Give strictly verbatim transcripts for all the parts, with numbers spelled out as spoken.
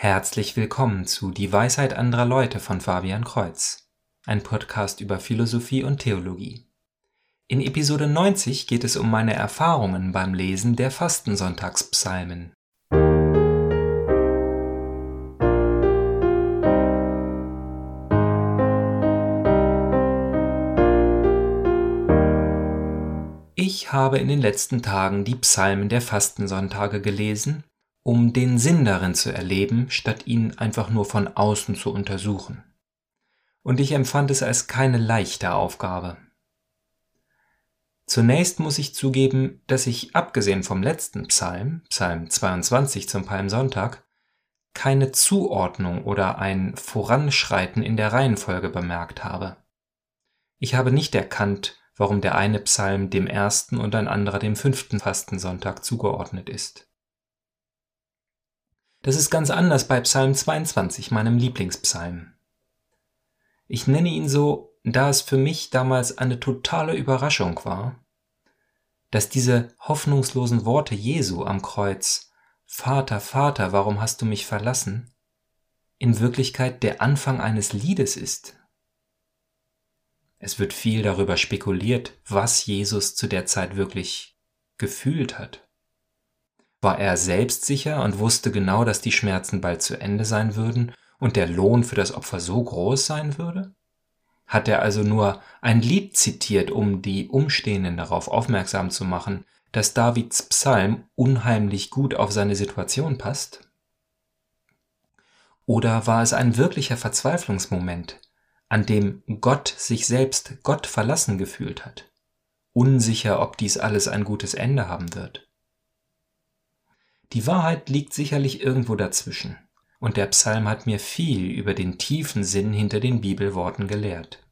Herzlich willkommen zu Die Weisheit anderer Leute von Fabian Kreuz, ein Podcast über Philosophie und Theologie. In Episode neunzig geht es um meine Erfahrungen beim Lesen der Fastensonntagspsalmen. Ich habe in den letzten Tagen die Psalmen der Fastensonntage gelesen, um den Sinn darin zu erleben, statt ihn einfach nur von außen zu untersuchen. Und ich empfand es als keine leichte Aufgabe. Zunächst muss ich zugeben, dass ich, abgesehen vom letzten Psalm, Psalm zweiundzwanzig zum Palmsonntag, keine Zuordnung oder ein Voranschreiten in der Reihenfolge bemerkt habe. Ich habe nicht erkannt, warum der eine Psalm dem ersten und ein anderer dem fünften Fastensonntag zugeordnet ist. Das ist ganz anders bei Psalm zweiundzwanzig, meinem Lieblingspsalm. Ich nenne ihn so, da es für mich damals eine totale Überraschung war, dass diese hoffnungslosen Worte Jesu am Kreuz, Vater, Vater, warum hast du mich verlassen, in Wirklichkeit der Anfang eines Liedes ist. Es wird viel darüber spekuliert, was Jesus zu der Zeit wirklich gefühlt hat. War er selbstsicher und wusste genau, dass die Schmerzen bald zu Ende sein würden und der Lohn für das Opfer so groß sein würde? Hat er also nur ein Lied zitiert, um die Umstehenden darauf aufmerksam zu machen, dass Davids Psalm unheimlich gut auf seine Situation passt? Oder war es ein wirklicher Verzweiflungsmoment, an dem Gott sich selbst Gott verlassen gefühlt hat, unsicher, ob dies alles ein gutes Ende haben wird? Die Wahrheit liegt sicherlich irgendwo dazwischen, und der Psalm hat mir viel über den tiefen Sinn hinter den Bibelworten gelehrt.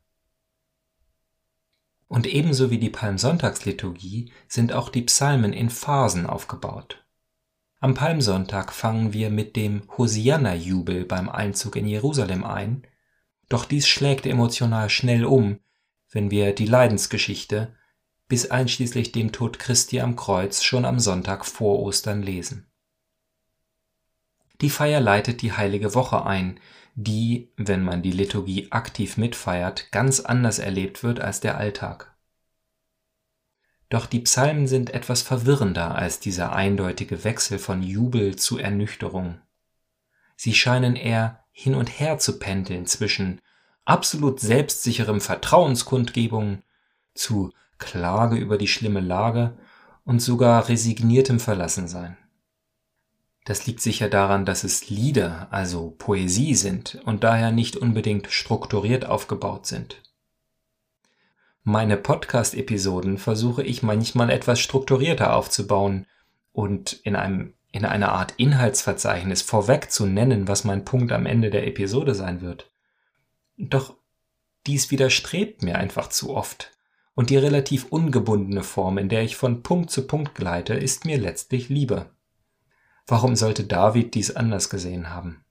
Und ebenso wie die Palmsonntagsliturgie sind auch die Psalmen in Phasen aufgebaut. Am Palmsonntag fangen wir mit dem Hosianna-Jubel beim Einzug in Jerusalem ein, doch dies schlägt emotional schnell um, wenn wir die Leidensgeschichte bis einschließlich dem Tod Christi am Kreuz schon am Sonntag vor Ostern lesen. Die Feier leitet die Heilige Woche ein, die, wenn man die Liturgie aktiv mitfeiert, ganz anders erlebt wird als der Alltag. Doch die Psalmen sind etwas verwirrender als dieser eindeutige Wechsel von Jubel zu Ernüchterung. Sie scheinen eher hin und her zu pendeln zwischen absolut selbstsicherem Vertrauenskundgebung zu Klage über die schlimme Lage und sogar resigniertem Verlassensein. Das liegt sicher daran, dass es Lieder, also Poesie sind und daher nicht unbedingt strukturiert aufgebaut sind. Meine Podcast-Episoden versuche ich manchmal etwas strukturierter aufzubauen und in einem in einer Art Inhaltsverzeichnis vorweg zu nennen, was mein Punkt am Ende der Episode sein wird. Doch dies widerstrebt mir einfach zu oft, und die relativ ungebundene Form, in der ich von Punkt zu Punkt gleite, ist mir letztlich lieber. Warum sollte David dies anders gesehen haben?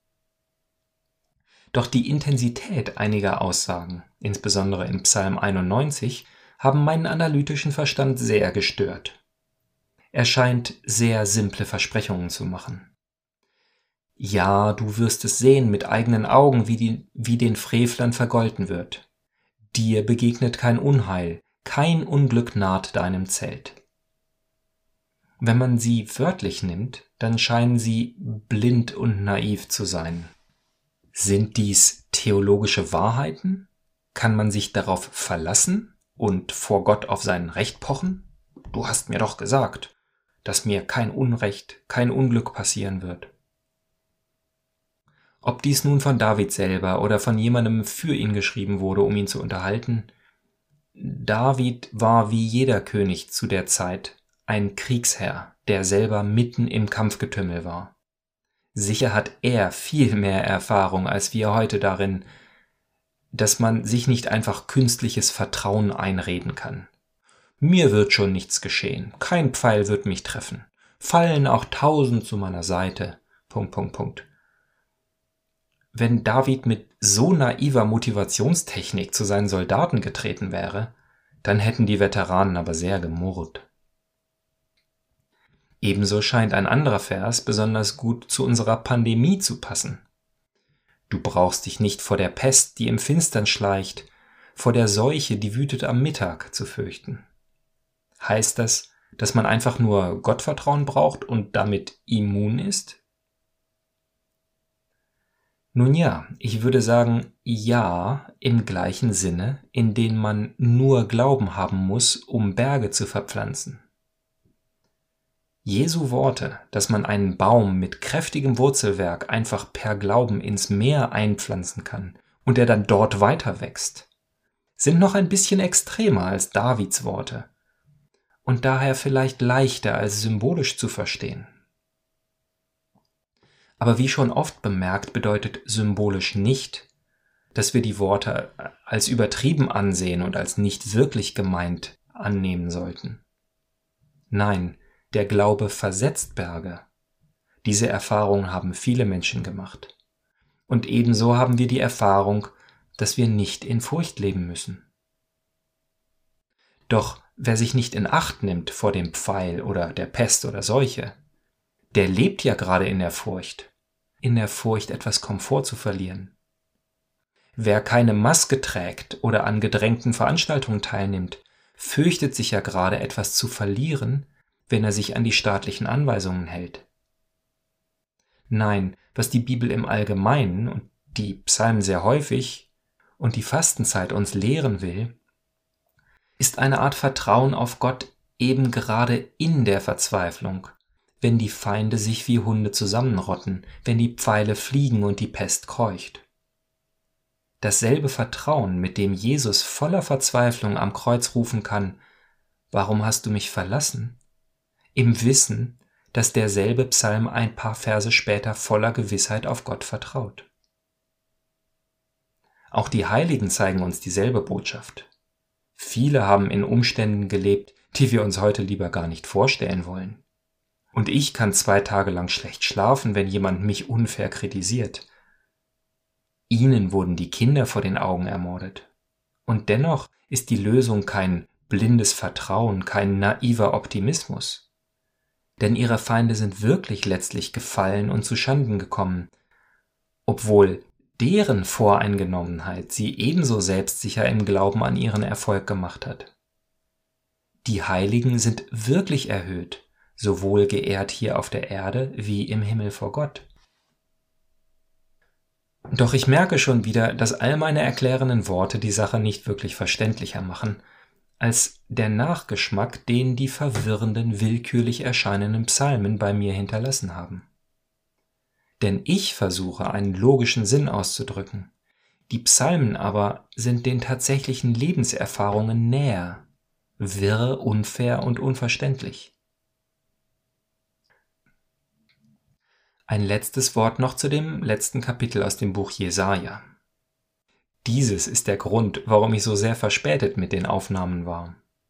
Doch die Intensität einiger Aussagen, insbesondere in Psalm einundneunzig, haben meinen analytischen Verstand sehr gestört. Er scheint sehr simple Versprechungen zu machen. Ja, du wirst es sehen mit eigenen Augen, wie, die, wie den Frevlern vergolten wird. Dir begegnet kein Unheil, kein Unglück naht deinem Zelt. Wenn man sie wörtlich nimmt, dann scheinen sie blind und naiv zu sein. Sind dies theologische Wahrheiten? Kann man sich darauf verlassen und vor Gott auf sein Recht pochen? Du hast mir doch gesagt, dass mir kein Unrecht, kein Unglück passieren wird. Ob dies nun von David selber oder von jemandem für ihn geschrieben wurde, um ihn zu unterhalten, David war wie jeder König zu der Zeit ein Kriegsherr, der selber mitten im Kampfgetümmel war. Sicher hat er viel mehr Erfahrung als wir heute darin, dass man sich nicht einfach künstliches Vertrauen einreden kann. Mir wird schon nichts geschehen, kein Pfeil wird mich treffen, fallen auch tausend zu meiner Seite, Punkt, Punkt, Punkt. Wenn David mit so naiver Motivationstechnik zu seinen Soldaten getreten wäre, dann hätten die Veteranen aber sehr gemurrt. Ebenso scheint ein anderer Vers besonders gut zu unserer Pandemie zu passen. Du brauchst dich nicht vor der Pest, die im Finstern schleicht, vor der Seuche, die wütet am Mittag, zu fürchten. Heißt das, dass man einfach nur Gottvertrauen braucht und damit immun ist? Nun ja, ich würde sagen, ja, im gleichen Sinne, in dem man nur Glauben haben muss, um Berge zu verpflanzen. Jesu Worte, dass man einen Baum mit kräftigem Wurzelwerk einfach per Glauben ins Meer einpflanzen kann und er dann dort weiter wächst, sind noch ein bisschen extremer als Davids Worte und daher vielleicht leichter als symbolisch zu verstehen. Aber wie schon oft bemerkt, bedeutet symbolisch nicht, dass wir die Worte als übertrieben ansehen und als nicht wirklich gemeint annehmen sollten. Nein, der Glaube versetzt Berge. Diese Erfahrung haben viele Menschen gemacht. Und ebenso haben wir die Erfahrung, dass wir nicht in Furcht leben müssen. Doch wer sich nicht in Acht nimmt vor dem Pfeil oder der Pest oder Seuche, der lebt ja gerade in der Furcht, in der Furcht, etwas Komfort zu verlieren. Wer keine Maske trägt oder an gedrängten Veranstaltungen teilnimmt, fürchtet sich ja gerade, etwas zu verlieren, wenn er sich an die staatlichen Anweisungen hält. Nein, was die Bibel im Allgemeinen und die Psalmen sehr häufig und die Fastenzeit uns lehren will, ist eine Art Vertrauen auf Gott eben gerade in der Verzweiflung, wenn die Feinde sich wie Hunde zusammenrotten, wenn die Pfeile fliegen und die Pest keucht. Dasselbe Vertrauen, mit dem Jesus voller Verzweiflung am Kreuz rufen kann, »Warum hast du mich verlassen?«, im Wissen, dass derselbe Psalm ein paar Verse später voller Gewissheit auf Gott vertraut. Auch die Heiligen zeigen uns dieselbe Botschaft. Viele haben in Umständen gelebt, die wir uns heute lieber gar nicht vorstellen wollen. Und ich kann zwei Tage lang schlecht schlafen, wenn jemand mich unfair kritisiert. Ihnen wurden die Kinder vor den Augen ermordet. Und dennoch ist die Lösung kein blindes Vertrauen, kein naiver Optimismus. Denn ihre Feinde sind wirklich letztlich gefallen und zu Schanden gekommen, obwohl deren Voreingenommenheit sie ebenso selbstsicher im Glauben an ihren Erfolg gemacht hat. Die Heiligen sind wirklich erhöht, sowohl geehrt hier auf der Erde wie im Himmel vor Gott. Doch ich merke schon wieder, dass all meine erklärenden Worte die Sache nicht wirklich verständlicher machen, als der Nachgeschmack, den die verwirrenden, willkürlich erscheinenden Psalmen bei mir hinterlassen haben. Denn ich versuche, einen logischen Sinn auszudrücken. Die Psalmen aber sind den tatsächlichen Lebenserfahrungen näher, wirr, unfair und unverständlich. Ein letztes Wort noch zu dem letzten Kapitel aus dem Buch Jesaja. Dieses ist der Grund, warum ich so sehr verspätet mit den Aufnahmen war.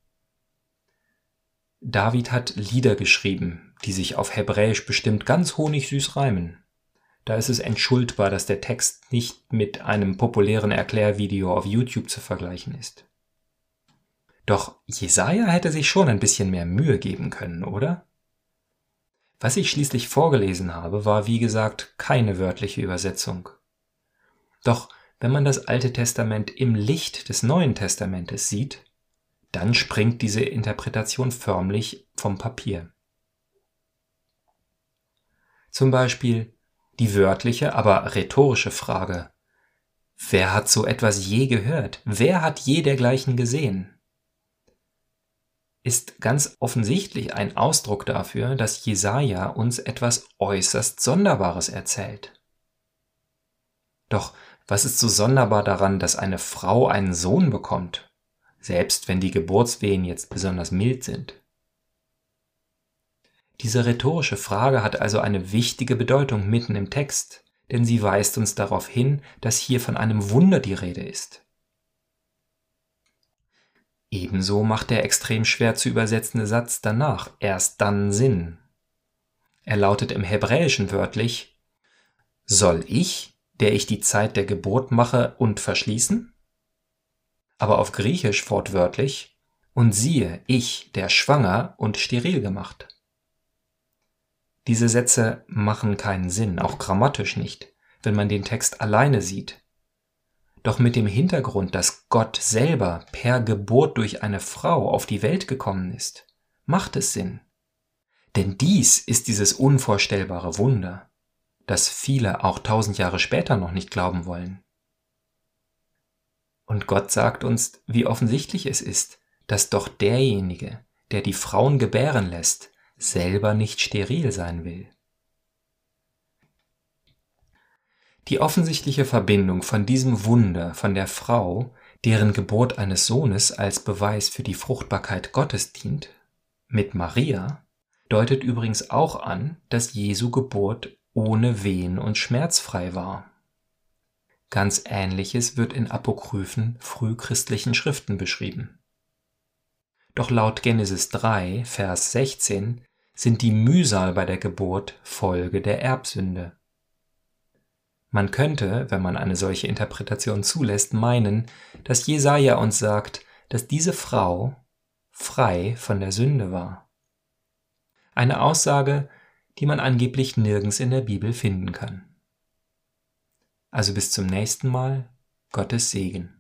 David hat Lieder geschrieben, die sich auf Hebräisch bestimmt ganz honigsüß reimen. Da ist es entschuldbar, dass der Text nicht mit einem populären Erklärvideo auf YouTube zu vergleichen ist. Doch Jesaja hätte sich schon ein bisschen mehr Mühe geben können, oder? Was ich schließlich vorgelesen habe, war wie gesagt keine wörtliche Übersetzung. Doch wenn man das Alte Testament im Licht des Neuen Testamentes sieht, dann springt diese Interpretation förmlich vom Papier. Zum Beispiel die wörtliche, aber rhetorische Frage: Wer hat so etwas je gehört? Wer hat je dergleichen gesehen? Ist ganz offensichtlich ein Ausdruck dafür, dass Jesaja uns etwas äußerst Sonderbares erzählt. Doch was ist so sonderbar daran, dass eine Frau einen Sohn bekommt, selbst wenn die Geburtswehen jetzt besonders mild sind? Diese rhetorische Frage hat also eine wichtige Bedeutung mitten im Text, denn sie weist uns darauf hin, dass hier von einem Wunder die Rede ist. Ebenso macht der extrem schwer zu übersetzende Satz danach erst dann Sinn. Er lautet im Hebräischen wörtlich: Soll ich, der ich die Zeit der Geburt mache, und verschließen? Aber auf Griechisch wortwörtlich: Und siehe, ich, der schwanger und steril gemacht. Diese Sätze machen keinen Sinn, auch grammatisch nicht, wenn man den Text alleine sieht. Doch mit dem Hintergrund, dass Gott selber per Geburt durch eine Frau auf die Welt gekommen ist, macht es Sinn. Denn dies ist dieses unvorstellbare Wunder, das viele auch tausend Jahre später noch nicht glauben wollen. Und Gott sagt uns, wie offensichtlich es ist, dass doch derjenige, der die Frauen gebären lässt, selber nicht steril sein will. Die offensichtliche Verbindung von diesem Wunder von der Frau, deren Geburt eines Sohnes als Beweis für die Fruchtbarkeit Gottes dient, mit Maria, deutet übrigens auch an, dass Jesu Geburt ohne Wehen und schmerzfrei war. Ganz Ähnliches wird in apokryphen frühchristlichen Schriften beschrieben. Doch laut Genesis drei, Vers sechzehn sind die Mühsal bei der Geburt Folge der Erbsünde. Man könnte, wenn man eine solche Interpretation zulässt, meinen, dass Jesaja uns sagt, dass diese Frau frei von der Sünde war. Eine Aussage, die man angeblich nirgends in der Bibel finden kann. Also bis zum nächsten Mal, Gottes Segen.